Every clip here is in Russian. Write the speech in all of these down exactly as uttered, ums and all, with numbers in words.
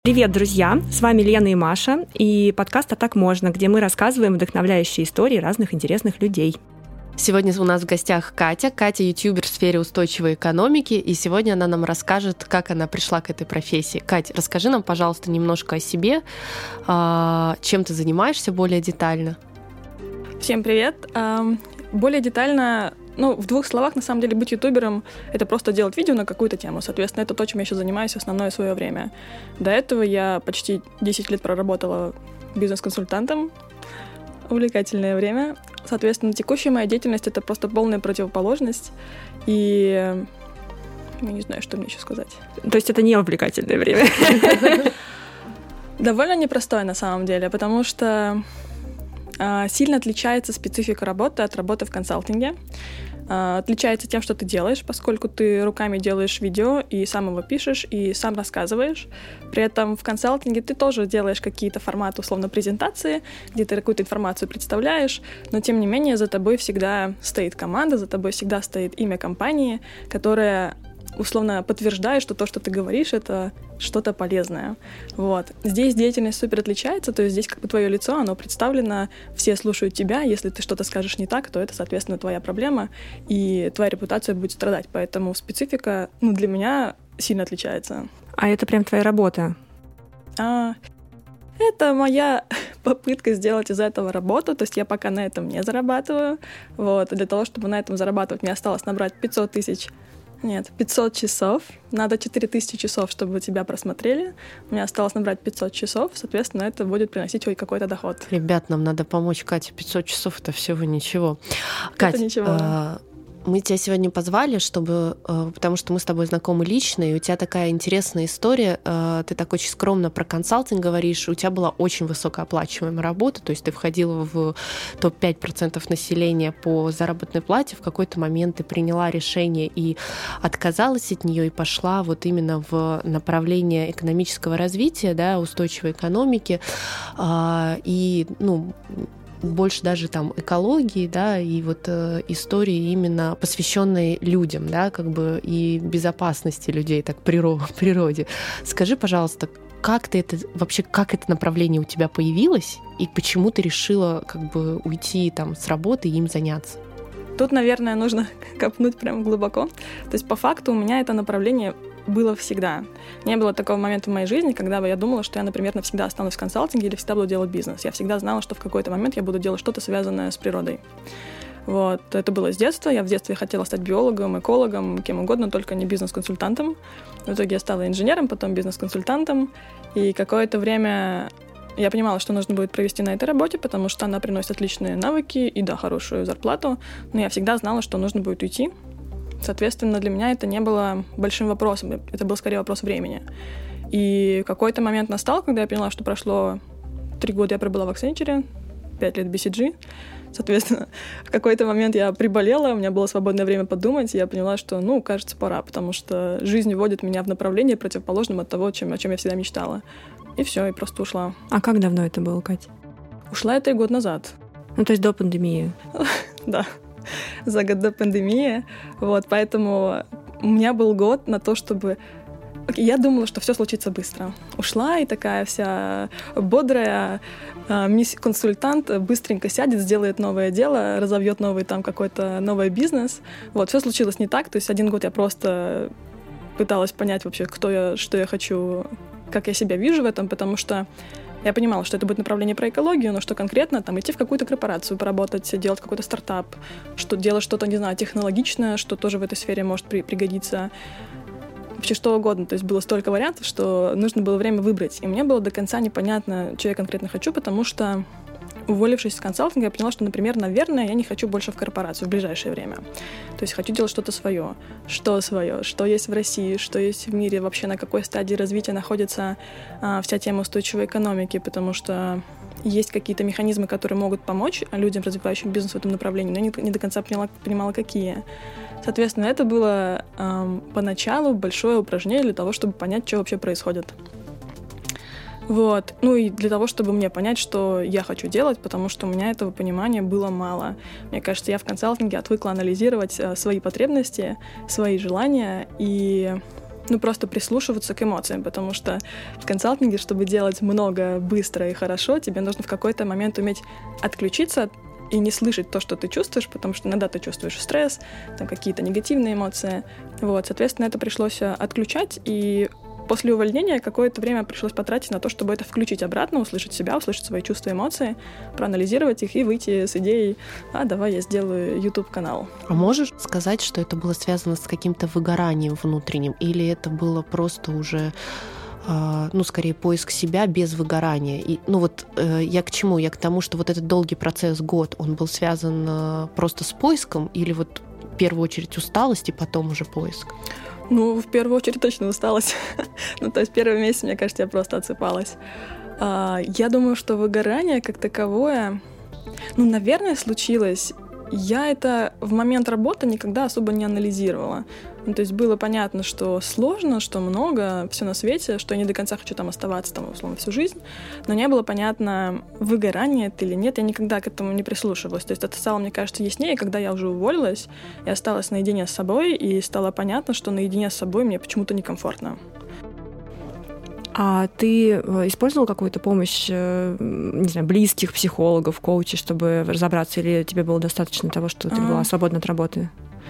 Привет, друзья! С вами Лена и Маша, и подкаст «А так можно», где мы рассказываем вдохновляющие истории разных интересных людей. Сегодня у нас в гостях Катя. Катя — ютубер в сфере устойчивой экономики, и сегодня она нам расскажет, как она пришла к этой профессии. Кать, расскажи нам, пожалуйста, немножко о себе, чем ты занимаешься более детально. Всем привет! Более детально... Ну, в двух словах, на самом деле, быть ютубером — это просто делать видео на какую-то тему. Соответственно, это то, чем я сейчас занимаюсь основное свое время. До этого я почти десять лет проработала бизнес-консультантом. Увлекательное время. Соответственно, текущая моя деятельность — это просто полная противоположность. И я не знаю, что мне еще сказать. То есть это не увлекательное время? Довольно непростое, на самом деле, потому что сильно отличается специфика работы от работы в консалтинге. Отличается тем, что ты делаешь, поскольку ты руками делаешь видео и сам его пишешь, и сам рассказываешь. При этом в консалтинге ты тоже делаешь какие-то форматы, условно, презентации, где ты какую-то информацию представляешь, но, тем не менее, за тобой всегда стоит команда, за тобой всегда стоит имя компании, которая условно подтверждает, что то, что ты говоришь, это что-то полезное. Вот. Здесь деятельность супер отличается, то есть здесь как бы твое лицо, оно представлено, все слушают тебя, если ты что-то скажешь не так, то это, соответственно, твоя проблема, и твоя репутация будет страдать. Поэтому специфика, ну, для меня сильно отличается. А это прям твоя работа? А, это моя попытка сделать из этого работу, то есть я пока на этом не зарабатываю. Вот. Для того, чтобы на этом зарабатывать, мне осталось набрать пятьсот тысяч Нет, пятьсот часов. Надо четыре тысячи часов, чтобы тебя просмотрели. Мне осталось набрать пятьсот часов, соответственно, это будет приносить хоть какой-то доход. Ребят, нам надо помочь Кате. пятьсот часов — это всего ничего. Это Кать, ничего. А- мы тебя сегодня позвали, чтобы, потому что мы с тобой знакомы лично, и у тебя такая интересная история. Ты так очень скромно про консалтинг говоришь. У тебя была очень высокооплачиваемая работа, то есть ты входила в топ пять процентов населения по заработной плате. В какой-то момент ты приняла решение и отказалась от нее и пошла вот именно в направление экономического развития, да, устойчивой экономики. И, ну, больше даже там экологии, да, и вот э, истории именно посвященные людям, да, как бы и безопасности людей, так, природе, природе. Скажи, пожалуйста, как ты это вообще, как это направление у тебя появилось, и почему ты решила как бы уйти там с работы и им заняться? Тут, наверное, нужно копнуть прям глубоко. То есть по факту у меня это направление было всегда. Не было такого момента в моей жизни, когда бы я думала, что я, например, навсегда останусь в консалтинге или всегда буду делать бизнес. Я всегда знала, что в какой-то момент я буду делать что-то, связанное с природой. Вот. Это было с детства. Я в детстве хотела стать биологом, экологом, кем угодно, только не бизнес-консультантом. В итоге я стала инженером, потом бизнес-консультантом. И какое-то время я понимала, что нужно будет провести на этой работе, потому что она приносит отличные навыки и, да, хорошую зарплату. Но я всегда знала, что нужно будет уйти. Соответственно, для меня это не было большим вопросом, это был скорее вопрос времени. И какой-то момент настал, когда я поняла, что прошло три года я пробыла в Accenture, пять лет би си джи. Соответственно, в какой-то момент я приболела, у меня было свободное время подумать, и я поняла, что, ну, кажется, пора, потому что жизнь вводит меня в направлении противоположном от того, чем, о чем я всегда мечтала. И все, и просто ушла. А как давно это было, Катя? Ушла я три года назад. Ну, то есть до пандемии? Да. За год до пандемии. Вот, поэтому у меня был год на то, чтобы... Я думала, что все случится быстро. Ушла и такая вся бодрая э, мисс-консультант быстренько сядет, сделает новое дело, разовьет новый там какой-то новый бизнес. Вот, все случилось не так. То есть один год я просто пыталась понять вообще, кто я, что я хочу, как я себя вижу в этом, потому что я понимала, что это будет направление про экологию, но что конкретно, там, идти в какую-то корпорацию, поработать, делать какой-то стартап, что делать что-то, не знаю, технологичное, что тоже в этой сфере может при- пригодиться. Вообще что угодно. То есть было столько вариантов, что нужно было время выбрать. И мне было до конца непонятно, что я конкретно хочу, потому что, уволившись из консалтинга, я поняла, что, например, наверное, я не хочу больше в корпорацию в ближайшее время. То есть хочу делать что-то свое. Что свое? Что есть в России? Что есть в мире? Вообще на какой стадии развития находится а, вся тема устойчивой экономики? Потому что есть какие-то механизмы, которые могут помочь людям, развивающим бизнес в этом направлении, но я не, не до конца поняла, понимала, какие. Соответственно, это было эм, поначалу большое упражнение для того, чтобы понять, что вообще происходит. Вот. Ну и для того, чтобы мне понять, что я хочу делать, потому что у меня этого понимания было мало. Мне кажется, я в консалтинге отвыкла анализировать э, свои потребности, свои желания и ну, просто прислушиваться к эмоциям, потому что в консалтинге, чтобы делать много, быстро и хорошо, тебе нужно в какой-то момент уметь отключиться и не слышать то, что ты чувствуешь, потому что иногда ты чувствуешь стресс, там какие-то негативные эмоции. Вот, соответственно, это пришлось отключать, и после увольнения какое-то время пришлось потратить на то, чтобы это включить обратно, услышать себя, услышать свои чувства, эмоции, проанализировать их и выйти с идеей: а давай я сделаю YouTube-канал. А можешь сказать, что это было связано с каким-то выгоранием внутренним, или это было просто уже, ну, скорее, поиск себя без выгорания? И, ну, вот я к чему? Я к тому, что вот этот долгий процесс, год, он был связан просто с поиском, или вот в первую очередь усталость и потом уже поиск? Ну, в первую очередь точно усталость. Ну, то есть первый месяц, мне кажется, я просто отсыпалась. Я думаю, что выгорание как таковое, ну, наверное, случилось. Я это в момент работы никогда особо не анализировала. Ну, то есть было понятно, что сложно, что много, все на свете, что я не до конца хочу там оставаться, там, условно, всю жизнь, но не было понятно, выгорание это или нет, я никогда к этому не прислушивалась. То есть это стало, мне кажется, яснее, когда я уже уволилась и осталась наедине с собой, и стало понятно, что наедине с собой мне почему-то некомфортно. А ты использовала какую-то помощь, не знаю, близких, психологов, коучей, чтобы разобраться, или тебе было достаточно того, что ты была свободна от работы?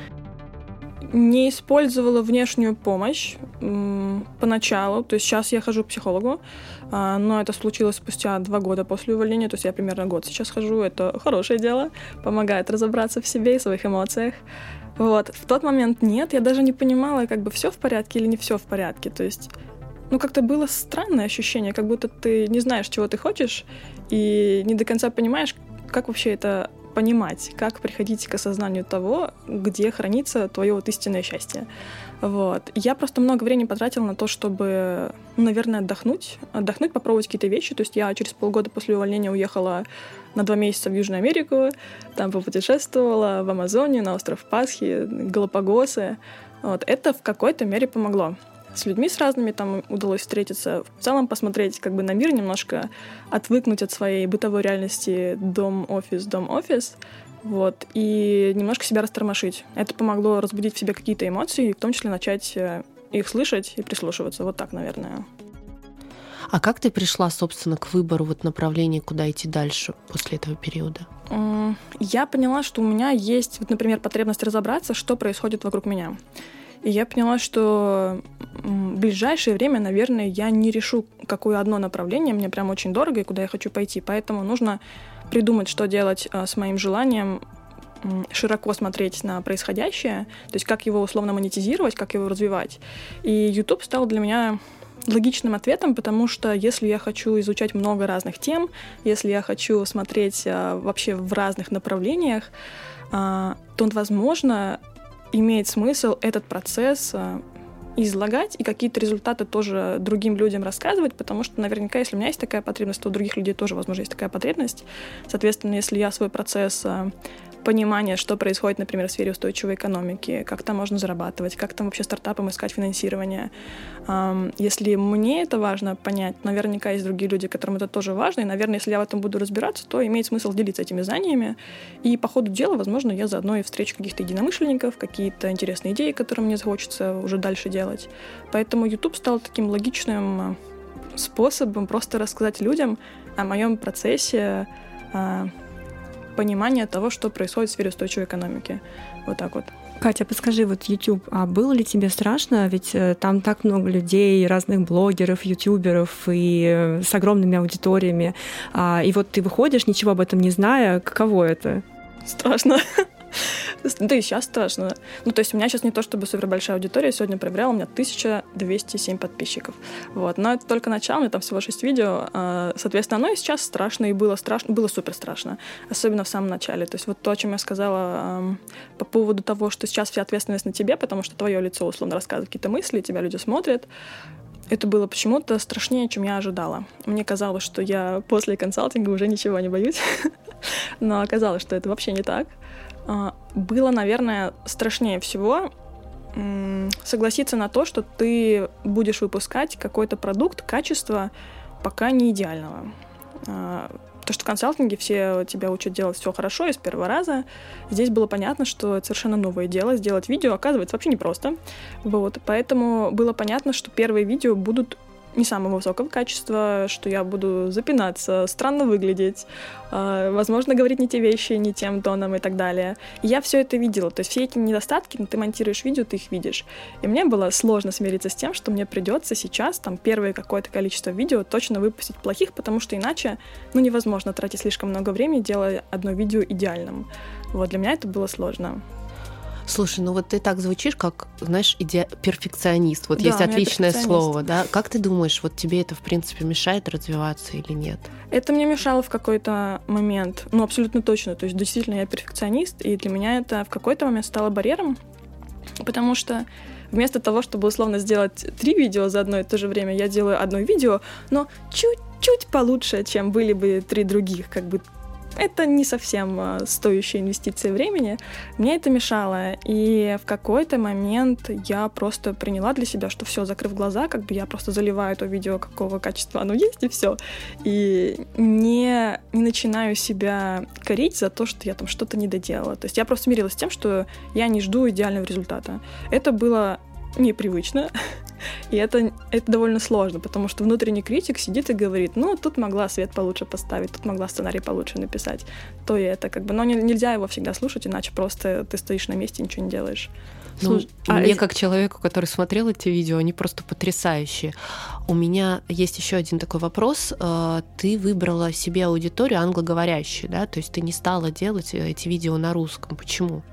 Не использовала внешнюю помощь м, поначалу. То есть сейчас я хожу к психологу, а, но это случилось спустя два года после увольнения. То есть я примерно год сейчас хожу. Это хорошее дело. Помогает разобраться в себе и в своих эмоциях. Вот. В тот момент нет. Я даже не понимала, как бы все в порядке или не все в порядке. То есть, ну, как-то было странное ощущение, как будто ты не знаешь, чего ты хочешь, и не до конца понимаешь, как вообще это понимать, как приходить к осознанию того, где хранится твое вот истинное счастье. Вот. Я просто много времени потратила на то, чтобы, ну, наверное, отдохнуть, отдохнуть, попробовать какие-то вещи. То есть я через полгода после увольнения уехала на два месяца в Южную Америку, там попутешествовала в Амазонию, на остров Пасхи, Галапагосы. Вот. Это в какой-то мере помогло. С людьми с разными там удалось встретиться, в целом посмотреть как бы на мир, немножко отвыкнуть от своей бытовой реальности дом-офис, дом-офис, вот, и немножко себя растормошить. Это помогло разбудить в себе какие-то эмоции, и в том числе начать их слышать и прислушиваться. Вот так, наверное. А как ты пришла, собственно, к выбору вот направления, куда идти дальше после этого периода? Я поняла, что у меня есть, вот, например, потребность разобраться, что происходит вокруг меня. И я поняла, что в ближайшее время, наверное, я не решу, какое одно направление мне прям очень дорого и куда я хочу пойти. Поэтому нужно придумать, что делать с моим желанием широко смотреть на происходящее, то есть как его условно монетизировать, как его развивать. И YouTube стал для меня логичным ответом, потому что если я хочу изучать много разных тем, если я хочу смотреть вообще в разных направлениях, то, возможно, имеет смысл этот процесс излагать и какие-то результаты тоже другим людям рассказывать, потому что наверняка, если у меня есть такая потребность, то у других людей тоже, возможно, есть такая потребность. Соответственно, если я свой процесс понимания, что происходит, например, в сфере устойчивой экономики, как там можно зарабатывать, как там вообще стартапам искать финансирование. Если мне это важно понять, наверняка есть другие люди, которым это тоже важно, и, наверное, если я в этом буду разбираться, то имеет смысл делиться этими знаниями, и по ходу дела, возможно, я заодно и встречу каких-то единомышленников, какие-то интересные идеи, которые мне захочется уже дальше делать. Поэтому YouTube стал таким логичным способом просто рассказать людям о моем процессе понимания того, что происходит в сфере устойчивой экономики. Вот так вот. Катя, подскажи, вот YouTube, а было ли тебе страшно? Ведь там так много людей, разных блогеров, ютуберов и с огромными аудиториями. И вот ты выходишь, ничего об этом не зная. Каково это? Страшно. Да и сейчас страшно. Ну, то есть у меня сейчас не то чтобы супер большая аудитория. Сегодня проверяла, у меня тысяча двести семь подписчиков. Вот. Но это только начало, у меня там всего шесть видео. Соответственно, оно и сейчас страшно, и было страшно, было супер страшно. Особенно в самом начале. То есть вот то, о чем я сказала по поводу того, что сейчас вся ответственность на тебе, потому что твое лицо условно рассказывает какие-то мысли, тебя люди смотрят. Это было почему-то страшнее, чем я ожидала. Мне казалось, что я после консалтинга уже ничего не боюсь. Но оказалось, что это вообще не так. Было, наверное, страшнее всего согласиться на то, что ты будешь выпускать какой-то продукт, качество пока не идеального. То Потому что в консалтинге все тебя учат делать все хорошо и с первого раза. Здесь было понятно, что это совершенно новое дело. Сделать видео, оказывается, вообще непросто. Вот. Поэтому было понятно, что первые видео будут не самого высокого качества, что я буду запинаться, странно выглядеть, э, возможно, говорить не те вещи, не тем тоном и так далее. И я все это видела. То есть все эти недостатки, ну, ты монтируешь видео, ты их видишь. И мне было сложно смириться с тем, что мне придется сейчас там первое какое-то количество видео точно выпустить плохих, потому что иначе ну, невозможно тратить слишком много времени, делая одно видео идеальным. Вот для меня это было сложно. Слушай, ну вот ты так звучишь, как, знаешь, иде... перфекционист. Вот да, есть отличное слово, перфекционист. да? Как ты думаешь, вот тебе это, в принципе, мешает развиваться или нет? Это мне мешало в какой-то момент, ну, абсолютно точно. То есть, действительно, я перфекционист, и для меня это в какой-то момент стало барьером, потому что вместо того, чтобы условно сделать три видео за одно и то же время, я делаю одно видео, но чуть-чуть получше, чем были бы три других, как бы. Это не совсем стоящая инвестиция времени. Мне это мешало. И в какой-то момент я просто приняла для себя, что все, закрыв глаза, как бы я просто заливаю то видео, какого качества оно есть, и все. И не, не начинаю себя корить за то, что я там что-то не доделала. То есть я просто смирилась с тем, что я не жду идеального результата. Это было непривычно, и это, это довольно сложно, потому что внутренний критик сидит и говорит, ну, тут могла свет получше поставить, тут могла сценарий получше написать, то и это как бы, но не, нельзя его всегда слушать, иначе просто ты стоишь на месте и ничего не делаешь. Ну, Слушай, а мне, как человеку, который смотрел эти видео, они просто потрясающие. У меня есть еще один такой вопрос. Ты выбрала себе аудиторию англоговорящую, да, то есть ты не стала делать эти видео на русском. Почему?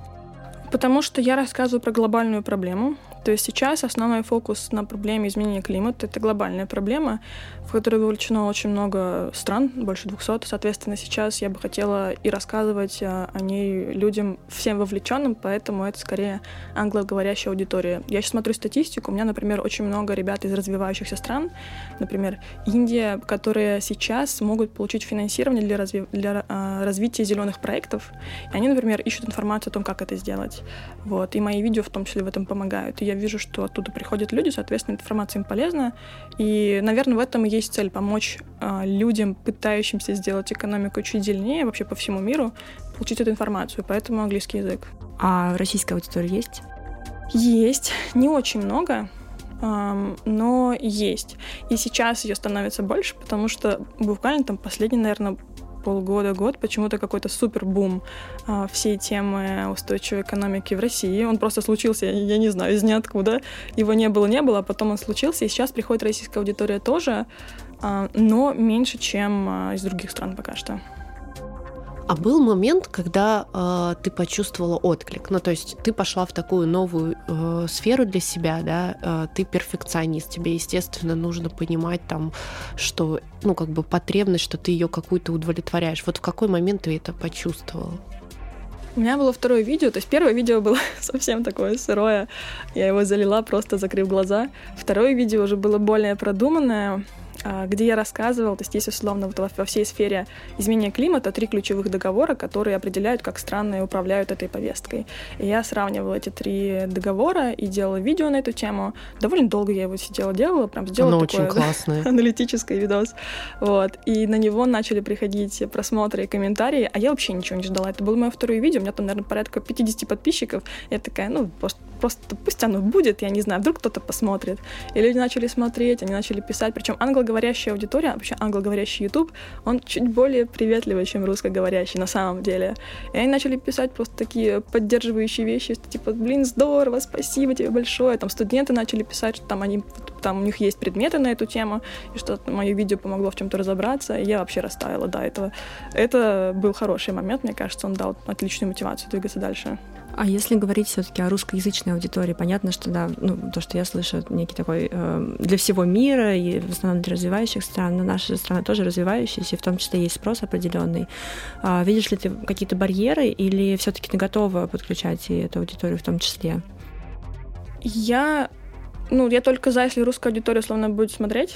Потому что я рассказываю про глобальную проблему. То есть сейчас основной фокус на проблеме изменения климата — это глобальная проблема, в которой вовлечено очень много стран, больше двухсот. Соответственно, сейчас я бы хотела и рассказывать о ней людям, всем вовлеченным, поэтому это скорее англоговорящая аудитория. Я сейчас смотрю статистику, у меня, например, очень много ребят из развивающихся стран, например, Индия, которые сейчас могут получить финансирование для, разви- для а, развития зеленых проектов. И они, например, ищут информацию о том, как это сделать. Вот. И мои видео в том числе в этом помогают. И я вижу, что оттуда приходят люди, соответственно, информация им полезна. И, наверное, в этом и есть цель — помочь э, людям, пытающимся сделать экономику чуть зеленее вообще по всему миру, получить эту информацию. Поэтому английский язык. А российская аудитория есть? Есть. Не очень много, э, но есть. И сейчас ее становится больше, потому что буквально там последний, наверное, полгода-год почему-то какой-то супер-бум а, всей темы устойчивой экономики в России. Он просто случился, я не знаю, из ниоткуда. Его не было-не было, а потом он случился, и сейчас приходит российская аудитория тоже, а, но меньше, чем а, из других стран пока что. А был момент, когда э, ты почувствовала отклик? Ну, то есть ты пошла в такую новую э, сферу для себя, да? Э, ты перфекционист, тебе, естественно, нужно понимать там, что, ну, как бы потребность, что ты ее какую-то удовлетворяешь. Вот в какой момент ты это почувствовала? У меня было второе видео, то есть первое видео было совсем такое сырое, я его залила, просто закрыв глаза. Второе видео уже было более продуманное, где я рассказывала, то есть есть условно вот во всей сфере изменения климата три ключевых договора, которые определяют, как страны управляют этой повесткой. И я сравнивала эти три договора и делала видео на эту тему. Довольно долго я его сидела, делала, прям сделала Оно такое очень классное. аналитическое видос. Вот. И на него начали приходить просмотры и комментарии, а я вообще ничего не ждала. Это было мое второе видео, у меня там, наверное, порядка пятьдесят подписчиков. Я такая, ну, просто, просто пусть оно будет, я не знаю, вдруг кто-то посмотрит. И люди начали смотреть, они начали писать, причем англоговорящие англоговорящая аудитория, вообще англоговорящий YouTube, он чуть более приветливый, чем русскоговорящий на самом деле. И они начали писать просто такие поддерживающие вещи, типа, блин, здорово, спасибо тебе большое. Там студенты начали писать, что там, они, там у них есть предметы на эту тему, и что мое видео помогло в чем-то разобраться, и я вообще растаяла до этого. Это был хороший момент, мне кажется, он дал отличную мотивацию двигаться дальше. А если говорить все-таки о русскоязычной аудитории, понятно, что да, ну, то, что я слышу, это некий такой э, для всего мира и в основном для развивающих стран, но наша страна тоже развивающаяся, и в том числе есть спрос определенный. А видишь ли ты какие-то барьеры или все-таки ты готова подключать и эту аудиторию в том числе? Я, ну, я только за, если русская аудитория условно будет смотреть,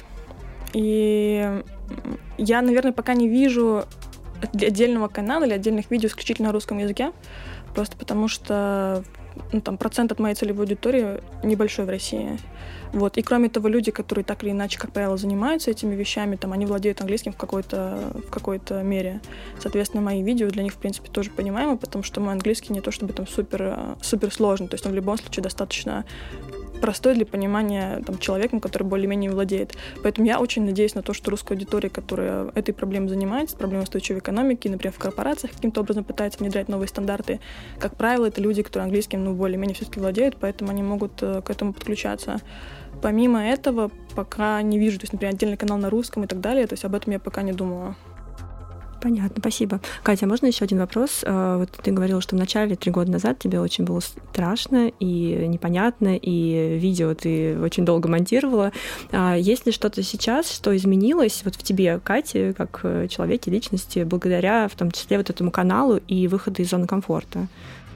и я, наверное, пока не вижу отдельного канала или отдельных видео исключительно на русском языке. Просто потому что ну, там, процент от моей целевой аудитории небольшой в России. Вот. И кроме того, люди, которые так или иначе, как правило, занимаются этими вещами, там, они владеют английским в какой-то, в какой-то мере. Соответственно, мои видео для них, в принципе, тоже понимаемы, потому что мой английский не то чтобы там супер, супер сложный, то есть он в любом случае достаточно простой для понимания там, человеком, который более-менее владеет. Поэтому я очень надеюсь на то, что русская аудитория, которая этой проблемой занимается, проблемой устойчивой экономики, например, в корпорациях каким-то образом пытается внедрять новые стандарты, как правило, это люди, которые английским ну, более-менее все-таки владеют, поэтому они могут к этому подключаться. Помимо этого, пока не вижу, то есть, например, отдельный канал на русском и так далее, то есть об этом я пока не думала. Понятно, спасибо. Катя, можно еще один вопрос? Вот ты говорила, что в начале, три года назад, тебе очень было страшно и непонятно, и видео ты очень долго монтировала. Есть ли что-то сейчас, что изменилось вот в тебе, Кате, как человеке, личности, благодаря в том числе вот этому каналу и выходу из зоны комфорта?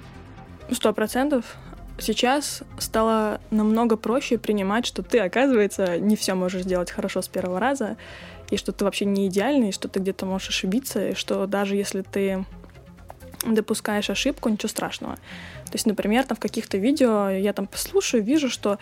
Сто процентов. Сейчас стало намного проще принимать, что ты, оказывается, не все можешь сделать хорошо с первого раза, и что ты вообще не идеальный, и что ты где-то можешь ошибиться, и что даже если ты допускаешь ошибку, ничего страшного. То есть, например, там в каких-то видео я там послушаю, вижу, что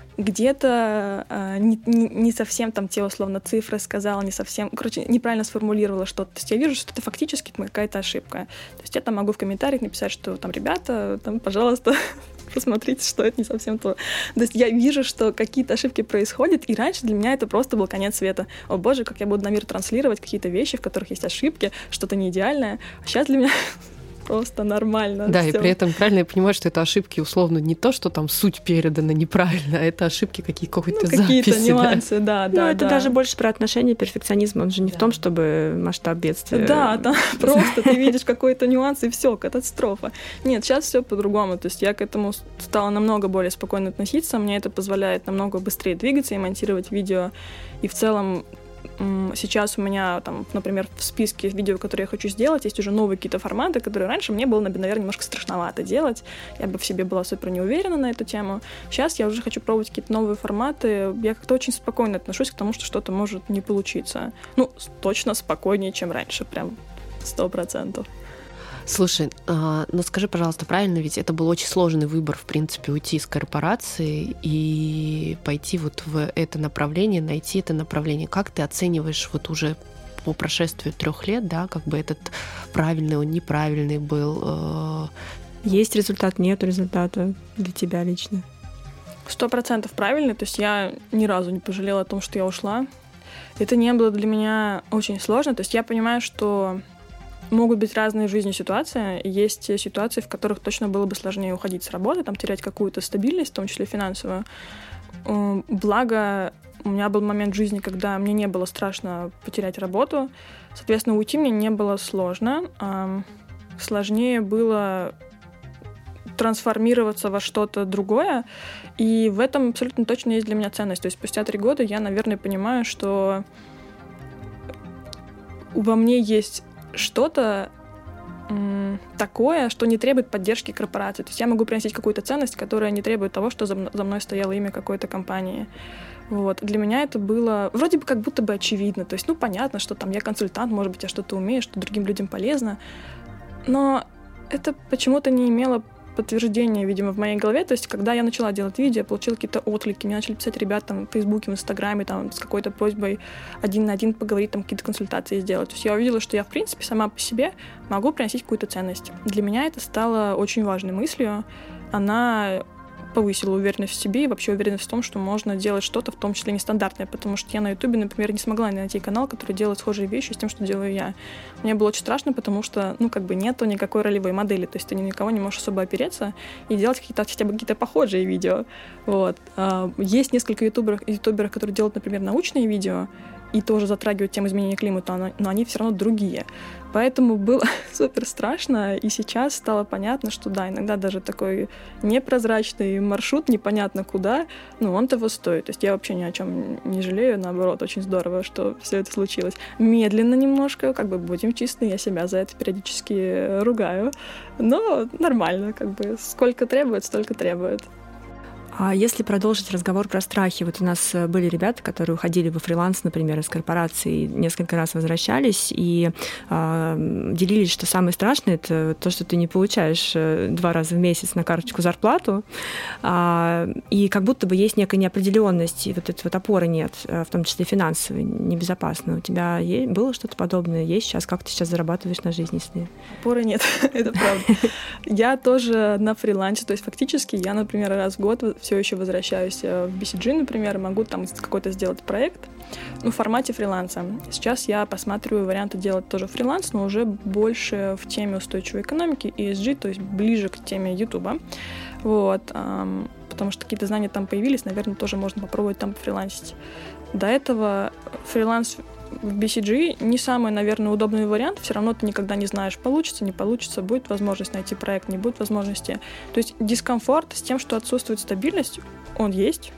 где-то э, не, не, не совсем там те условно цифры сказала, не совсем, короче, неправильно сформулировала что-то. То есть я вижу, что это фактически какая-то ошибка. То есть я там могу в комментариях написать, что там, ребята, там, пожалуйста, посмотрите, что это не совсем то. То есть я вижу, что какие-то ошибки происходят, и раньше для меня это просто был конец света. О боже, как я буду на мир транслировать какие-то вещи, в которых есть ошибки, что-то не идеальное. А сейчас для меня просто нормально. Да, всё. И при этом правильно я понимаю, что это ошибки условно не то, что там суть передана неправильно, а это ошибки какие, какой-то ну, записи. Какие-то нюансы, да, да. Ну, это да. даже больше про отношения, перфекционизм. Он же не да. в том, чтобы масштаб бедствия. Да, там просто ты видишь какой-то нюанс, и все, катастрофа. Нет, сейчас все по-другому. То есть я к этому стала намного более спокойно относиться. Мне это позволяет намного быстрее двигаться и монтировать видео. И в целом сейчас у меня, там, например, в списке видео, которые я хочу сделать, есть уже новые какие-то форматы, которые раньше мне было, наверное, немножко страшновато делать. Я бы в себе была супер не уверена на эту тему. Сейчас я уже хочу пробовать какие-то новые форматы. Я как-то очень спокойно отношусь к тому, что что-то может не получиться. Ну, точно спокойнее, чем раньше. Прям сто процентов. Слушай, а, ну скажи, пожалуйста, правильно, ведь это был очень сложный выбор, в принципе, уйти из корпорации и пойти вот в это направление, найти это направление. Как ты оцениваешь вот уже по прошествию трех лет, да, как бы этот правильный, он неправильный был? Есть результат, нет результата для тебя лично? Сто процентов правильный, то есть я ни разу не пожалела о том, что я ушла. Это не было для меня очень сложно, то есть я понимаю, что могут быть разные в жизни ситуации. Есть ситуации, в которых точно было бы сложнее уходить с работы, там, терять какую-то стабильность, в том числе финансовую. Благо, у меня был момент в жизни, когда мне не было страшно потерять работу. Соответственно, уйти мне не было сложно. Сложнее было трансформироваться во что-то другое. И в этом абсолютно точно есть для меня ценность. То есть спустя три года я, наверное, понимаю, что во мне есть что-то м, такое, что не требует поддержки корпорации. То есть я могу приносить какую-то ценность, которая не требует того, что за, за мной стояло имя какой-то компании. Вот. Для меня это было вроде бы как будто бы очевидно. То есть, ну, понятно, что там я консультант, может быть, я что-то умею, что другим людям полезно. Но это почему-то не имело подтверждение, видимо, в моей голове. То есть, когда я начала делать видео, я получила какие-то отклики, мне начали писать ребята там, в Фейсбуке, в Инстаграме там, с какой-то просьбой один на один поговорить, там, какие-то консультации сделать. То есть я увидела, что я, в принципе, сама по себе могу приносить какую-то ценность. Для меня это стало очень важной мыслью. Она повысила уверенность в себе и вообще уверенность в том, что можно делать что-то, в том числе нестандартное, потому что я на Ютубе, например, не смогла найти канал, который делает схожие вещи с тем, что делаю я. Мне было очень страшно, потому что, ну, как бы нету никакой ролевой модели, то есть ты ни на кого не можешь особо опереться и делать какие-то, хотя бы какие-то похожие видео. Вот. Есть несколько ютуберов, ютуберов, которые делают, например, научные видео, и тоже затрагивают тему изменения климата, но они все равно другие. Поэтому было супер страшно, и сейчас стало понятно, что да, иногда даже такой непрозрачный маршрут, непонятно куда, ну, он того стоит. То есть я вообще ни о чем не жалею, наоборот, очень здорово, что все это случилось. Медленно немножко, как бы будем честны, я себя за это периодически ругаю, но нормально, как бы сколько требует, столько требует. А если продолжить разговор про страхи, вот у нас были ребята, которые уходили во фриланс, например, из корпорации, несколько раз возвращались и э, делились, что самое страшное — это то, что ты не получаешь два раза в месяц на карточку зарплату, э, и как будто бы есть некая неопределенность, и вот этой вот опоры нет, в том числе финансовой, небезопасно. У тебя есть, было что-то подобное? Есть сейчас? Как ты сейчас зарабатываешь на жизнь, если... Опоры нет, это правда. Я тоже на фрилансе, то есть фактически я, например, раз в год все еще возвращаюсь в би си джи, например, могу там какой-то сделать проект, ну, в формате фриланса. Сейчас я посматриваю варианты делать тоже фриланс, но уже больше в теме устойчивой экономики, и эс джи, то есть ближе к теме Ютуба. Вот, потому что какие-то знания там появились, наверное, тоже можно попробовать там фрилансить. До этого фриланс в би си джи не самый, наверное, удобный вариант. Все равно ты никогда не знаешь, получится, не получится, будет возможность найти проект, не будет возможности. То есть дискомфорт с тем, что отсутствует стабильность, он есть,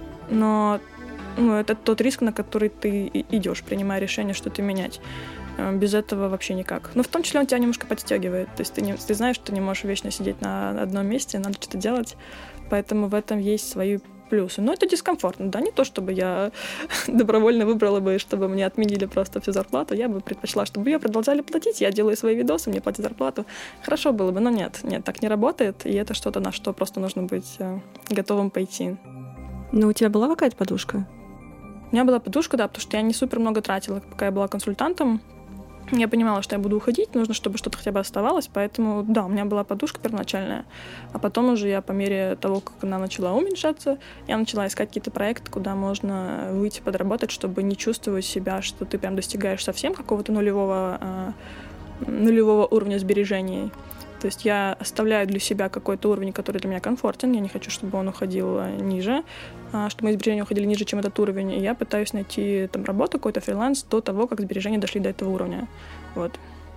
но ну, это тот риск, на который ты идешь, принимая решение что-то менять. Без этого вообще никак. Но в том числе он тебя немножко подстегивает. То есть ты, не, ты знаешь, что не можешь вечно сидеть на одном месте, надо что-то делать. Поэтому в этом есть свои плюсы. Но это дискомфортно, да, не то, чтобы я добровольно выбрала бы, чтобы мне отменили просто всю зарплату. Я бы предпочла, чтобы ее продолжали платить. Я делаю свои видосы, мне платят зарплату. Хорошо было бы, но нет, нет, так не работает. И это что-то, на что просто нужно быть готовым пойти. Но у тебя была какая-то подушка? У меня была подушка, да, потому что я не супер много тратила, пока я была консультантом. Я понимала, что я буду уходить, нужно, чтобы что-то хотя бы оставалось, поэтому, да, у меня была подушка первоначальная, а потом уже я по мере того, как она начала уменьшаться, я начала искать какие-то проекты, куда можно выйти подработать, чтобы не чувствовать себя, что ты прям достигаешь совсем какого-то нулевого, э, нулевого уровня сбережений. То есть я оставляю для себя какой-то уровень, который для меня комфортен, я не хочу, чтобы он уходил ниже, чтобы мои сбережения уходили ниже, чем этот уровень, и я пытаюсь найти там работу, какой-то фриланс до того, как сбережения дошли до этого уровня. Вот.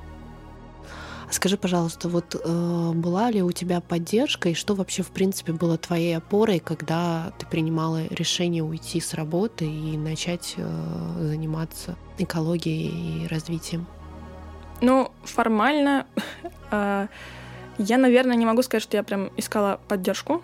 Скажи, пожалуйста, вот э, была ли у тебя поддержка, и что вообще, в принципе, было твоей опорой, когда ты принимала решение уйти с работы и начать э, заниматься экологией и развитием? Ну, формально э, я, наверное, не могу сказать, что я прям искала поддержку.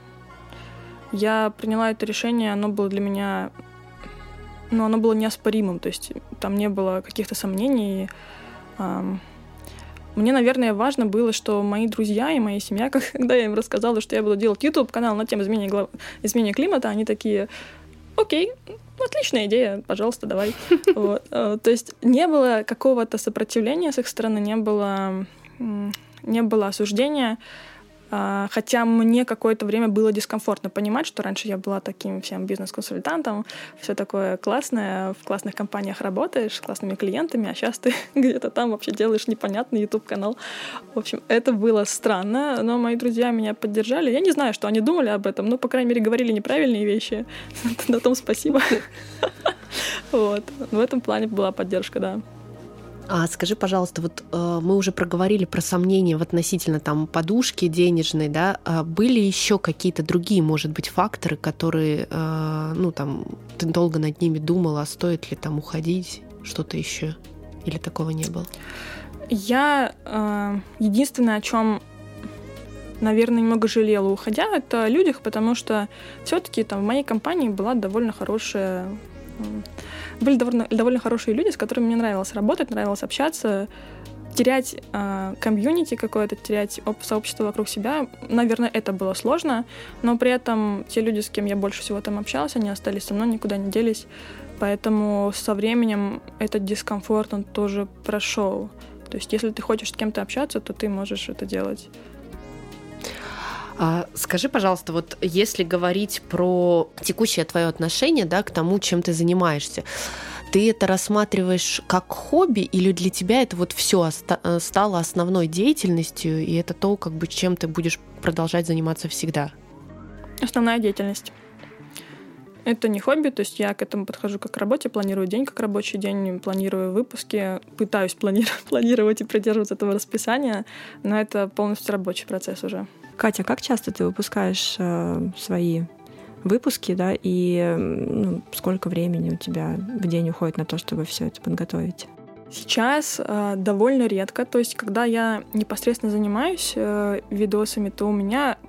Я приняла это решение, оно было для меня, ну, оно было неоспоримым, то есть там не было каких-то сомнений. Э, мне, наверное, важно было, что мои друзья и моя семья, когда я им рассказала, что я буду делать YouTube-канал на тему изменения, глав... изменения климата, они такие: окей, отличная идея, пожалуйста, давай. Вот. То есть не было какого-то сопротивления с их стороны, не было, не было осуждения, хотя мне какое-то время было дискомфортно понимать, что раньше я была таким всем бизнес-консультантом, все такое классное, в классных компаниях работаешь, с классными клиентами, а сейчас ты где-то там вообще делаешь непонятный YouTube-канал. В общем, это было странно, но мои друзья меня поддержали. Я не знаю, что они думали об этом, но, по крайней мере, говорили неправильные вещи. На том спасибо. Вот. В этом плане была поддержка, да. А скажи, пожалуйста, вот э, мы уже проговорили про сомнения в относительно там подушки денежной, да, а были еще какие-то другие, может быть, факторы, которые, э, ну там, ты долго над ними думала, а стоит ли там уходить, что-то еще, или такого не было? Я э, единственное, о чем, наверное, немного жалела, уходя, это о людях, потому что все-таки там в моей компании была довольно хорошая Были довольно, довольно хорошие люди, с которыми мне нравилось работать, нравилось общаться. Терять э, комьюнити какое-то, терять сообщество вокруг себя, наверное, это было сложно, но при этом те люди, с кем я больше всего там общалась, они остались со мной, никуда не делись. Поэтому со временем этот дискомфорт, он тоже прошел. То есть если ты хочешь с кем-то общаться, то ты можешь это делать. А, скажи, пожалуйста, вот если говорить про текущее твое отношение, да, к тому, чем ты занимаешься, ты это рассматриваешь как хобби или для тебя это вот все оста- стало основной деятельностью, и это то, как бы, чем ты будешь продолжать заниматься всегда? Основная деятельность. Это не хобби, то есть я к этому подхожу как к работе, планирую день как рабочий день, планирую выпуски, пытаюсь планировать, планировать и придерживаться этого расписания, но это полностью рабочий процесс уже. Катя, как часто ты выпускаешь э, свои выпуски, да, и ну, сколько времени у тебя в день уходит на то, чтобы все это подготовить? Сейчас э, довольно редко, то есть когда я непосредственно занимаюсь э, видосами, то у меня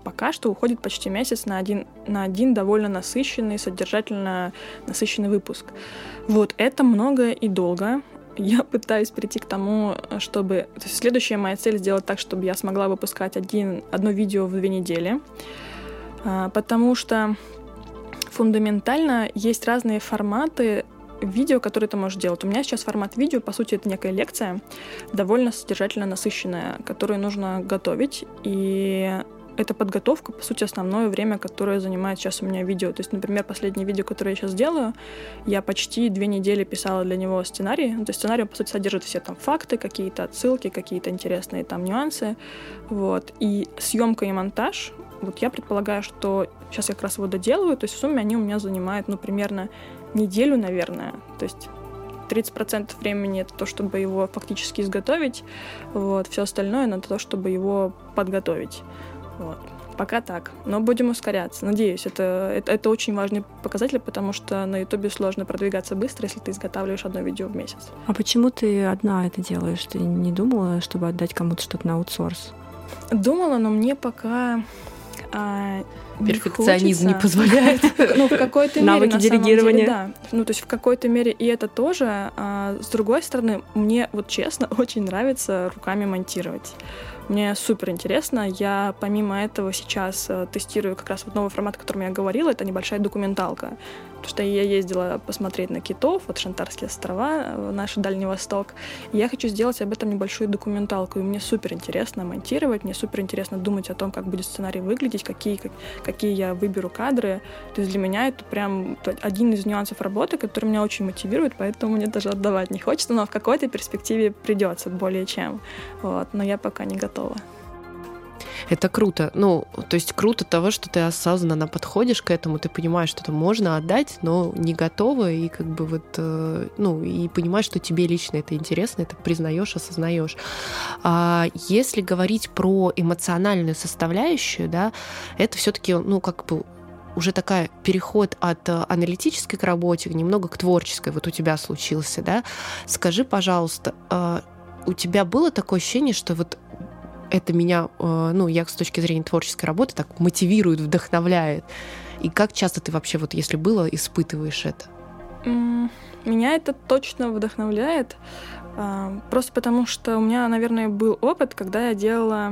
пока что уходит почти месяц на один, на один довольно насыщенный, содержательно насыщенный выпуск. Вот, это много и долго. Я пытаюсь прийти к тому, чтобы... То есть следующая моя цель — сделать так, чтобы я смогла выпускать один, одно видео в две недели, потому что фундаментально есть разные форматы видео, которые ты можешь делать. У меня сейчас формат видео, по сути, это некая лекция, довольно содержательно насыщенная, которую нужно готовить, и эта подготовка, по сути, основное время, которое занимает сейчас у меня видео. То есть, например, последнее видео, которое я сейчас делаю, я почти две недели писала для него сценарий. То есть сценарий, по сути, содержит все там факты, какие-то отсылки, какие-то интересные там нюансы. Вот. И съемка и монтаж, вот я предполагаю, что сейчас я как раз его доделаю, то есть в сумме они у меня занимают, ну, примерно неделю, наверное. То есть тридцать процентов времени — это то, чтобы его фактически изготовить, вот. Все остальное — на то, чтобы его подготовить. Вот. Пока так. Но будем ускоряться. Надеюсь, это, это, это очень важный показатель, потому что на Ютубе сложно продвигаться быстро, если ты изготавливаешь одно видео в месяц. А почему ты одна это делаешь? Ты не думала, чтобы отдать кому-то что-то на аутсорс? Думала, но мне пока... А, перфекционизм не, не позволяет. Ну, в какой-то мере, навыки на самом делегирования. Деле, да. Ну, то есть в какой-то мере и это тоже. А с другой стороны, мне, вот честно, очень нравится руками монтировать. Мне супер интересно. Я помимо этого сейчас тестирую как раз вот новый формат, о котором я говорила. Это небольшая документалка. Потому что я ездила посмотреть на китов, вот Шантарские острова, наш Дальний Восток. И я хочу сделать об этом небольшую документалку. И мне супер интересно монтировать, мне супер интересно думать о том, как будет сценарий выглядеть, какие, как, какие я выберу кадры. То есть для меня это прям один из нюансов работы, который меня очень мотивирует, поэтому мне даже отдавать не хочется, но в какой-то перспективе придется более чем. Вот. Но я пока не готова. Это круто. Ну, то есть круто того, что ты осознанно подходишь к этому, ты понимаешь, что это можно отдать, но не готова, и как бы вот, ну, и понимаешь, что тебе лично это интересно, это признаешь, осознаешь. А если говорить про эмоциональную составляющую, да, это все-таки, ну, как бы уже такая переход от аналитической к работе немного к творческой. Вот у тебя случился, да? Скажи, пожалуйста, у тебя было такое ощущение, что вот это меня, ну, я с точки зрения творческой работы так мотивирует, вдохновляет? И как часто ты вообще, вот если было, испытываешь это? Меня это точно вдохновляет, просто потому что у меня, наверное, был опыт, когда я делала...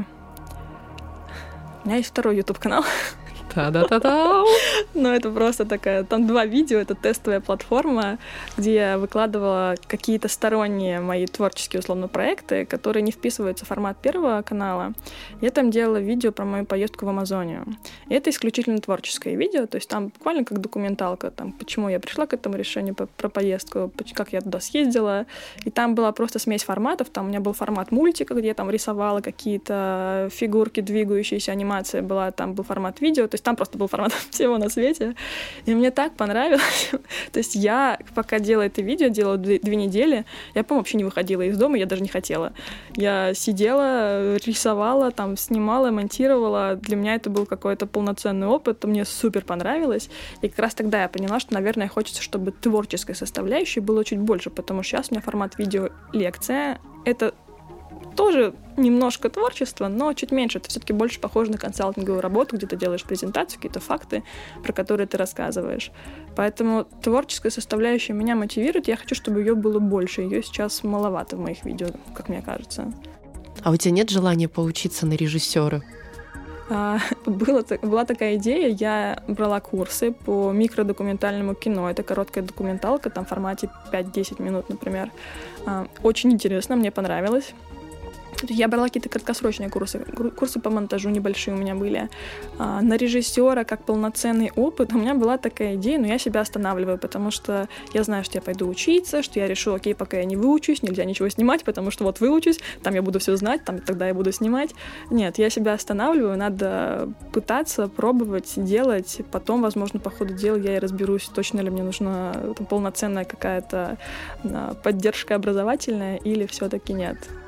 У меня есть второй YouTube-канал. Та-да-та-та! Ну, это просто такая... Там два видео, это тестовая платформа, где я выкладывала какие-то сторонние мои творческие, условно, проекты, которые не вписываются в формат первого канала. Я там делала видео про мою поездку в Амазонию. И это исключительно творческое видео, то есть там буквально как документалка, там, почему я пришла к этому решению про поездку, как я туда съездила. И там была просто смесь форматов. Там у меня был формат мультика, где я там рисовала какие-то фигурки, двигающиеся, анимация была, там был формат видео, то есть там просто был формат всего на свете. И мне так понравилось. То есть я, пока делала это видео, делала две, две недели, я, по-моему, вообще не выходила из дома, я даже не хотела. Я сидела, рисовала, там, снимала, монтировала. Для меня это был какой-то полноценный опыт, мне супер понравилось. И как раз тогда я поняла, что, наверное, хочется, чтобы творческой составляющей было чуть больше, потому что сейчас у меня формат видео-лекция. Это тоже немножко творчество, но чуть меньше. Это все-таки больше похоже на консалтинговую работу, где ты делаешь презентацию, какие-то факты, про которые ты рассказываешь. Поэтому творческая составляющая меня мотивирует. Я хочу, чтобы ее было больше. Ее сейчас маловато в моих видео, как мне кажется. А у тебя нет желания поучиться на режиссера? А, была, была такая идея, я брала курсы по микродокументальному кино. Это короткая документалка, там в формате пять-десять минут, например. А, очень интересно, мне понравилось. Я брала какие-то краткосрочные курсы. Курсы по монтажу небольшие у меня были. А, на режиссера как полноценный опыт у меня была такая идея, но я себя останавливаю, потому что я знаю, что я пойду учиться, что я решу, окей, пока я не выучусь, нельзя ничего снимать, потому что вот выучусь, там я буду все знать, там тогда я буду снимать. Нет, я себя останавливаю, надо пытаться, пробовать, делать. Потом, возможно, по ходу дела я и разберусь, точно ли мне нужна там полноценная какая-то поддержка образовательная или все-таки нет.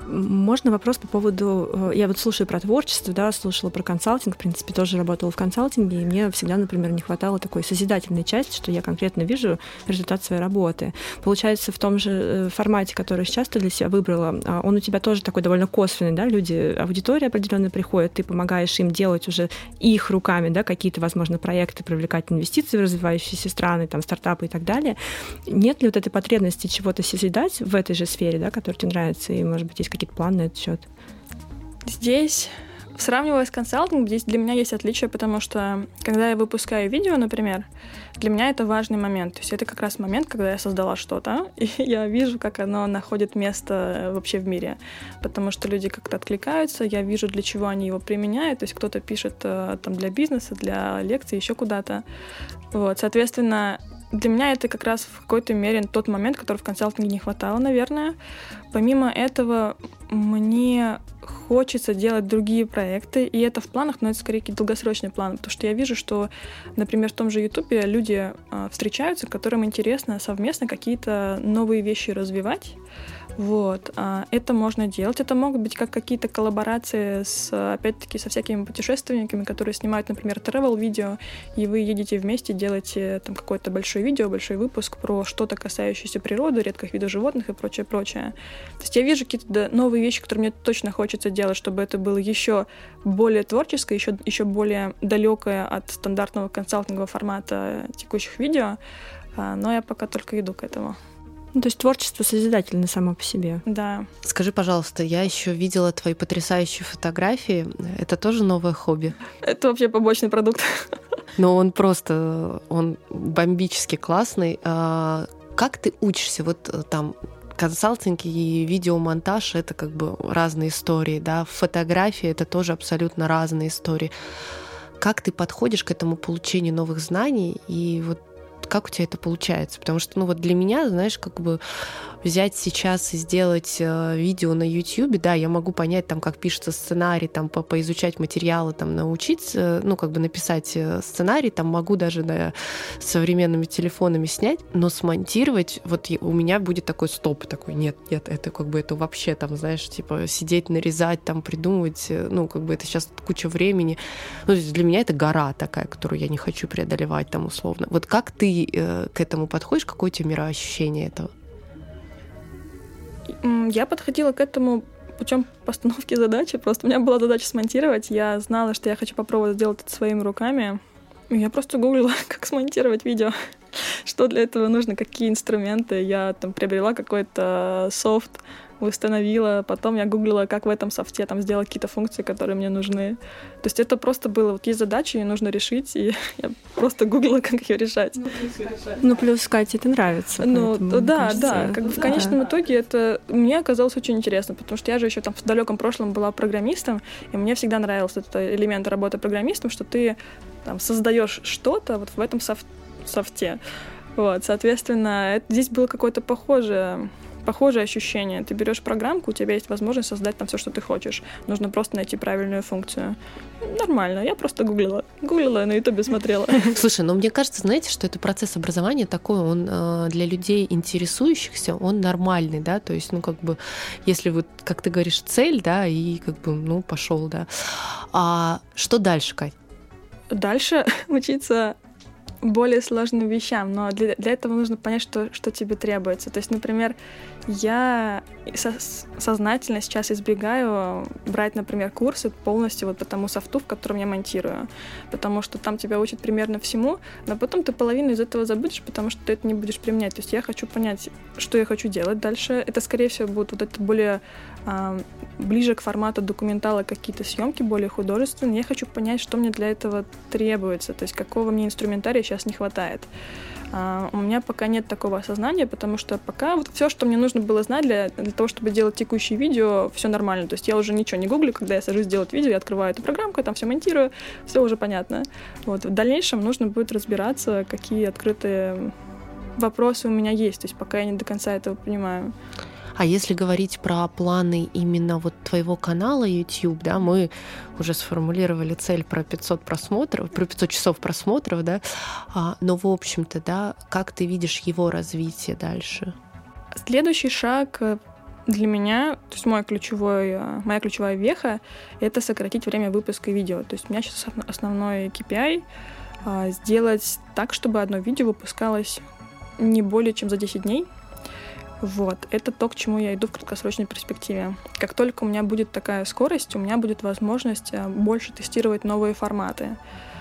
Можно вопрос по поводу... Я вот слушаю про творчество, да, слушала про консалтинг, в принципе, тоже работала в консалтинге, и мне всегда, например, не хватало такой созидательной части, что я конкретно вижу результат своей работы. Получается, в том же формате, который сейчас ты для себя выбрала, он у тебя тоже такой довольно косвенный, да, люди, аудитория определенно приходит, ты помогаешь им делать уже их руками, да, какие-то, возможно, проекты, привлекать инвестиции в развивающиеся страны, там, стартапы и так далее. Нет ли вот этой потребности чего-то созидать в этой же сфере, да, которая тебе нравится, и, может быть, есть какие-то планы на этот счет? Здесь, сравнивая с консалтингом, здесь для меня есть отличие, потому что, когда я выпускаю видео, например, для меня это важный момент. То есть это как раз момент, когда я создала что-то, и я вижу, как оно находит место вообще в мире. Потому что люди как-то откликаются, я вижу, для чего они его применяют. То есть кто-то пишет там для бизнеса, для лекций, еще куда-то. Вот, соответственно, для меня это как раз в какой-то мере тот момент, который в консалтинге не хватало, наверное. Помимо этого, мне хочется делать другие проекты, и это в планах, но это скорее какие-то долгосрочные планы, потому что я вижу, что, например, в том же Ютубе люди э, встречаются, которым интересно совместно какие-то новые вещи развивать. Вот. А это можно делать. Это могут быть как какие-то коллаборации с, опять-таки, со всякими путешественниками, которые снимают, например, travel-видео, и вы едете вместе, делаете там какое-то большое видео, большой выпуск про что-то, касающееся природы, редких видов животных и прочее, прочее. То есть я вижу какие-то новые вещи, которые мне точно хочется делать, чтобы это было еще более творческое, еще, еще более далекое от стандартного консалтингового формата текущих видео, но я пока только иду к этому. Ну, то есть творчество созидательно само по себе. Да. Скажи, пожалуйста, я еще видела твои потрясающие фотографии. Это тоже новое хобби? Это вообще побочный продукт. Но он просто, он бомбически классный. Как ты учишься? Вот там консалтинг и видеомонтаж — это как бы разные истории, да? Фотографии — это тоже абсолютно разные истории. Как ты подходишь к этому получению новых знаний и вот как у тебя это получается? Потому что, ну вот для меня, знаешь, как бы взять сейчас и сделать э, видео на YouTube, да, я могу понять, там, как пишется сценарий, там, по поизучать материалы, там, научиться, ну, как бы написать сценарий, там, могу даже, да, современными телефонами снять, но смонтировать, вот у меня будет такой стоп, такой, нет, нет, это как бы, это вообще, там, знаешь, типа, сидеть, нарезать, там, придумывать, ну, как бы это сейчас куча времени. Ну, для меня это гора такая, которую я не хочу преодолевать, там, условно. Вот как ты э, к этому подходишь, какое у тебя мироощущение этого? Я подходила к этому путем постановки задачи. Просто у меня была задача смонтировать. Я знала, что я хочу попробовать сделать это своими руками. И я просто гуглила, как смонтировать видео. Что для этого нужно, какие инструменты. Я там приобрела какой-то софт, установила. Потом я гуглила, как в этом софте там сделать какие-то функции, которые мне нужны. То есть это просто было, вот есть задача, ее нужно решить, и я просто гуглила, как ее решать. Ну, ну плюс Кате это нравится. Ну, поэтому, да, кажется, да. Как бы в конечном да. итоге это мне оказалось очень интересно, потому что я же еще там в далеком прошлом была программистом, и мне всегда нравился этот элемент работы программистом, что ты там создаешь что-то вот в этом соф- софте. Вот, соответственно, это, здесь было какое-то похожее. Похожее ощущение. Ты берешь программку, у тебя есть возможность создать там все, что ты хочешь. Нужно просто найти правильную функцию. Нормально. Я просто гуглила. Гуглила, на Ютубе смотрела. Слушай, но мне кажется, знаете, что это процесс образования такой, он э, для людей интересующихся, он нормальный, да, то есть, ну, как бы, если вот, как ты говоришь, цель, да, и как бы, ну, пошел, да. А что дальше, Кать? Дальше учиться более сложным вещам, но для, для этого нужно понять, что, что тебе требуется. То есть, например, я со, сознательно сейчас избегаю брать, например, курсы полностью вот по тому софту, в котором я монтирую, потому что там тебя учат примерно всему, но потом ты половину из этого забудешь, потому что ты это не будешь применять. То есть я хочу понять, что я хочу делать дальше. Это, скорее всего, будет вот это более а, ближе к формату документала какие-то съемки, более художественные. Я хочу понять, что мне для этого требуется, то есть какого мне инструментария сейчас не хватает. Uh, у меня пока нет такого осознания, потому что пока вот все, что мне нужно было знать для, для того, чтобы делать текущее видео, все нормально. То есть я уже ничего не гуглю, когда я сажусь делать видео, я открываю эту программку, я там все монтирую, все уже понятно. Вот. В дальнейшем нужно будет разбираться, какие открытые вопросы у меня есть. То есть пока я не до конца этого понимаю. А если говорить про планы именно вот твоего канала YouTube, да, мы уже сформулировали цель про пятьсот просмотров, про пятьсот часов просмотров, да, а, но в общем-то, да, как ты видишь его развитие дальше? Следующий шаг Для меня, то есть мой ключевой, моя ключевая веха — это сократить время выпуска видео. То есть у меня сейчас основной кей пи ай — сделать так, чтобы одно видео выпускалось не более чем за десять дней. Вот. Это то, к чему я иду в краткосрочной перспективе. Как только у меня будет такая скорость, у меня будет возможность больше тестировать новые форматы.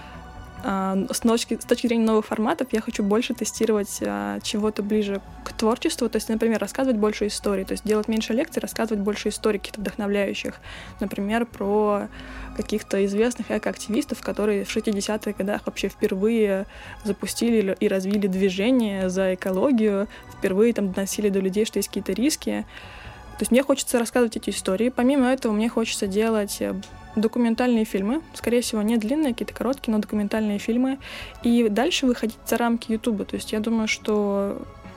С точки, с точки зрения новых форматов я хочу больше тестировать а, чего-то ближе к творчеству, то есть, например, рассказывать больше историй, то есть делать меньше лекций, рассказывать больше историй каких-то вдохновляющих, например, про каких-то известных экоактивистов, которые в шестидесятых годах вообще впервые запустили и развили движение за экологию, впервые там доносили до людей, что есть какие-то риски. То есть мне хочется рассказывать эти истории. Помимо этого, мне хочется делать документальные фильмы, скорее всего, не длинные, какие-то короткие, но документальные фильмы, и дальше выходить за рамки Ютуба. То есть я думаю, что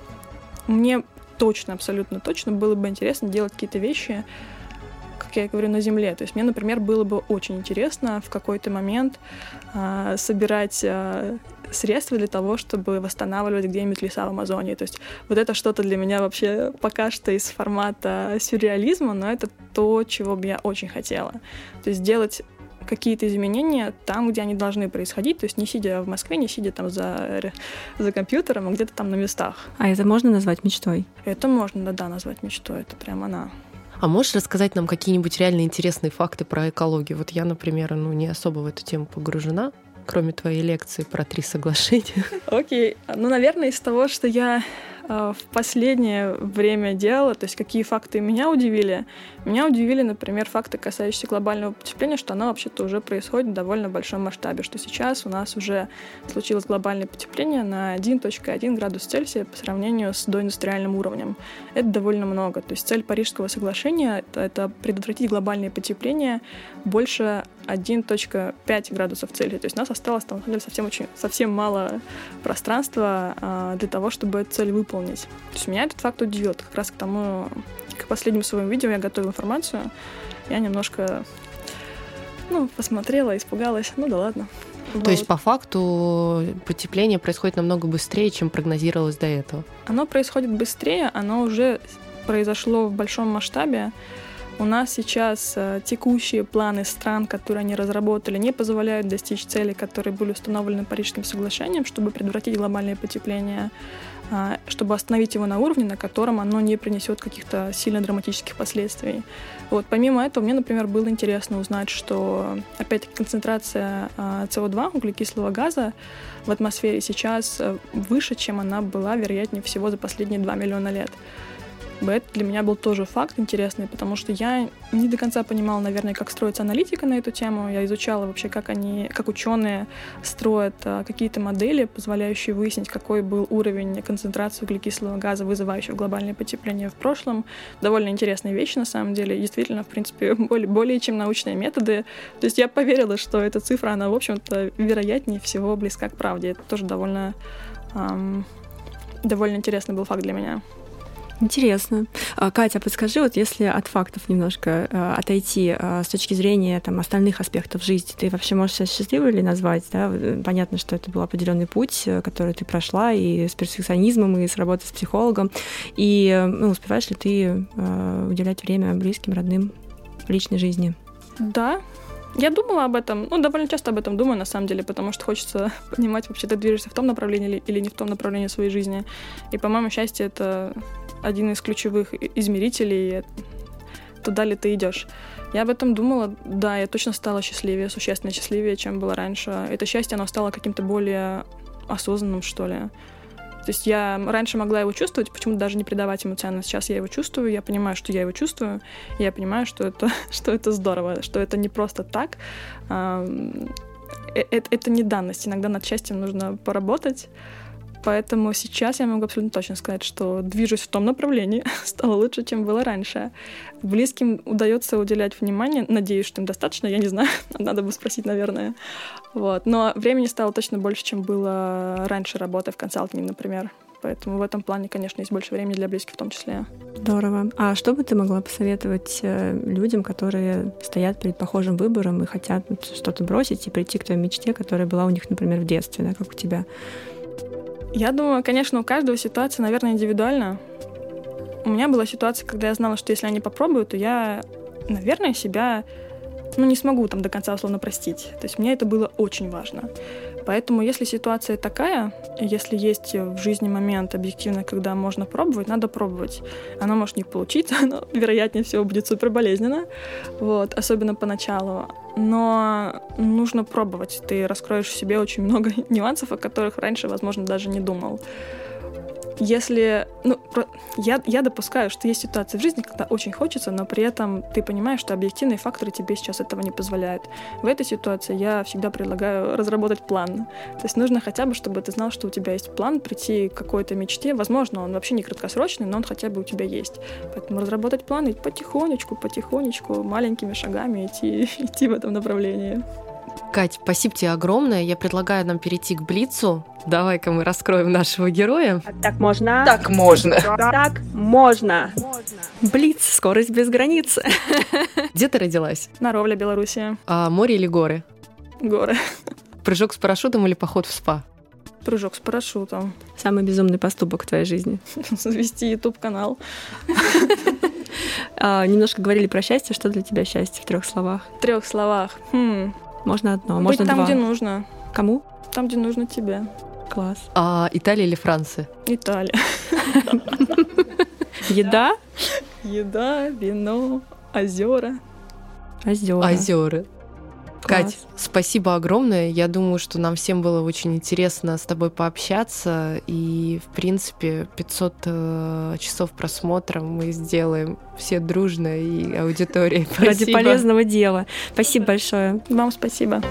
мне точно, абсолютно точно было бы интересно делать какие-то вещи, как я говорю, на земле. То есть мне, например, было бы очень интересно в какой-то момент а, собирать а, средства для того, чтобы восстанавливать где-нибудь леса в Амазонии. То есть вот это что-то для меня вообще пока что из формата сюрреализма, но это то, чего бы я очень хотела. То есть делать какие-то изменения там, где они должны происходить, то есть не сидя в Москве, не сидя там за, за компьютером, а где-то там на местах. А это можно назвать мечтой? Это можно, да-да, назвать мечтой, это прям она. А можешь рассказать нам какие-нибудь реально интересные факты про экологию? Вот я, например, ну, не особо в эту тему погружена, кроме твоей лекции про три соглашения. Окей. Ну, наверное, из того, что я э, в последнее время делала, то есть какие факты меня удивили. Меня удивили, например, факты, касающиеся глобального потепления, что оно вообще-то уже происходит в довольно большом масштабе, что сейчас у нас уже случилось глобальное потепление на один целых один градус Цельсия по сравнению с доиндустриальным уровнем. Это довольно много. То есть цель Парижского соглашения — это предотвратить глобальное потепление больше один целых пять градусов Цельсия. То есть у нас осталось, на самом деле, совсем, очень, совсем мало пространства а, для того, чтобы эту цель выполнить. То есть меня этот факт удивил. Как раз к тому, к последнему своему видео я готовила информацию. Я немножко, ну, посмотрела, испугалась. Ну да ладно. То вот. есть по факту потепление происходит намного быстрее, чем прогнозировалось до этого? Оно происходит быстрее, оно уже произошло в большом масштабе. У нас сейчас э, текущие планы стран, которые они разработали, не позволяют достичь целей, которые были установлены Парижским соглашением, чтобы предотвратить глобальное потепление, э, чтобы остановить его на уровне, на котором оно не принесет каких-то сильно драматических последствий. Вот. Помимо этого, мне, например, было интересно узнать, что, опять-таки, концентрация э, си о два, углекислого газа, в атмосфере сейчас э, выше, чем она была, вероятнее всего, за последние два миллиона лет. Это для меня был тоже факт интересный, потому что я не до конца понимала, наверное, как строится аналитика на эту тему. Я изучала вообще, как они, как ученые строят а, какие-то модели, позволяющие выяснить, какой был уровень концентрации углекислого газа, вызывающего глобальное потепление в прошлом. Довольно интересные вещи, на самом деле. Действительно, в принципе, более, более чем научные методы. То есть я поверила, что эта цифра, она, в общем-то, вероятнее всего близка к правде. Это тоже довольно, эм, довольно интересный был факт для меня. Интересно. Катя, подскажи, вот если от фактов немножко э, отойти э, с точки зрения там, остальных аспектов жизни, ты вообще можешь себя счастливой ли назвать? Да? Понятно, что это был определенный путь, который ты прошла и с перфекционизмом, и с работой с психологом. И ну, успеваешь ли ты э, уделять время близким, родным, личной жизни? Да. Я думала об этом, ну, довольно часто об этом думаю, на самом деле, потому что хочется понимать, вообще ты движешься в том направлении или, или не в том направлении своей жизни. И, по-моему, счастье — это один из ключевых измерителей, туда ли ты идешь. Я об этом думала, да, я точно стала счастливее, существенно счастливее, чем было раньше. Это счастье, оно стало каким-то более осознанным, что ли. То есть я раньше могла его чувствовать, почему-то даже не придавать ему ценность. Сейчас я его чувствую, я понимаю, что я его чувствую, и я понимаю, что это, что это здорово, что это не просто так. Это, это не данность. Иногда над счастьем нужно поработать. Поэтому сейчас я могу абсолютно точно сказать, что движусь в том направлении, стало лучше, чем было раньше. Близким удается уделять внимание, надеюсь, что им достаточно, я не знаю, надо бы спросить, наверное. Вот. Но времени стало точно больше, чем было раньше, работая в консалтинге, например. Поэтому в этом плане, конечно, есть больше времени для близких в том числе. Здорово. А что бы ты могла посоветовать людям, которые стоят перед похожим выбором и хотят что-то бросить и прийти к той мечте, которая была у них, например, в детстве, да, как у тебя? Я думаю, конечно, у каждого ситуация, наверное, индивидуальна. у меня была ситуация, когда я знала, что если я не попробую, то я, наверное, себя ну, не смогу там до конца условно простить. То есть мне это было очень важно. Поэтому если ситуация такая, если есть в жизни момент объективно, когда можно пробовать, надо пробовать. Оно может не получиться, но вероятнее всего будет супер болезненно, вот, особенно поначалу. Но нужно пробовать. Ты раскроешь в себе очень много нюансов, о которых раньше, возможно, даже не думал. Если, ну, я, я допускаю, что есть ситуации в жизни, когда очень хочется, но при этом ты понимаешь, что объективные факторы тебе сейчас этого не позволяют. В этой ситуации я всегда предлагаю разработать план. То есть нужно хотя бы, чтобы ты знал, что у тебя есть план, прийти к какой-то мечте. Возможно, он вообще не краткосрочный, но он хотя бы у тебя есть. Поэтому разработать план и потихонечку, потихонечку, маленькими шагами идти, идти в этом направлении. Кать, спасибо тебе огромное. Я предлагаю нам перейти к Блицу. Давай-ка мы раскроем нашего героя. Так можно? Так можно. Так можно. Блиц, скорость без границы. Где ты родилась? На Ровле, Белоруссия. А, море или горы? Горы. Прыжок с парашютом или поход в спа? Прыжок с парашютом. Самый безумный поступок в твоей жизни? Завести ютуб-канал. Немножко говорили про счастье. Что для тебя счастье в трех словах? В трех словах. Хм. Можно одно, Быть можно там, два. где нужно. Кому? Там, где нужно тебе. Класс. А, Италия или Франция? Италия. Еда? Еда, вино, озера. Озера. Озера. Класс. Кать, спасибо огромное. Я думаю, что нам всем было очень интересно с тобой пообщаться. И, в принципе, пятьсот э, часов просмотра мы сделаем все дружно и аудиторией. Ради полезного дела. Спасибо большое. Вам спасибо.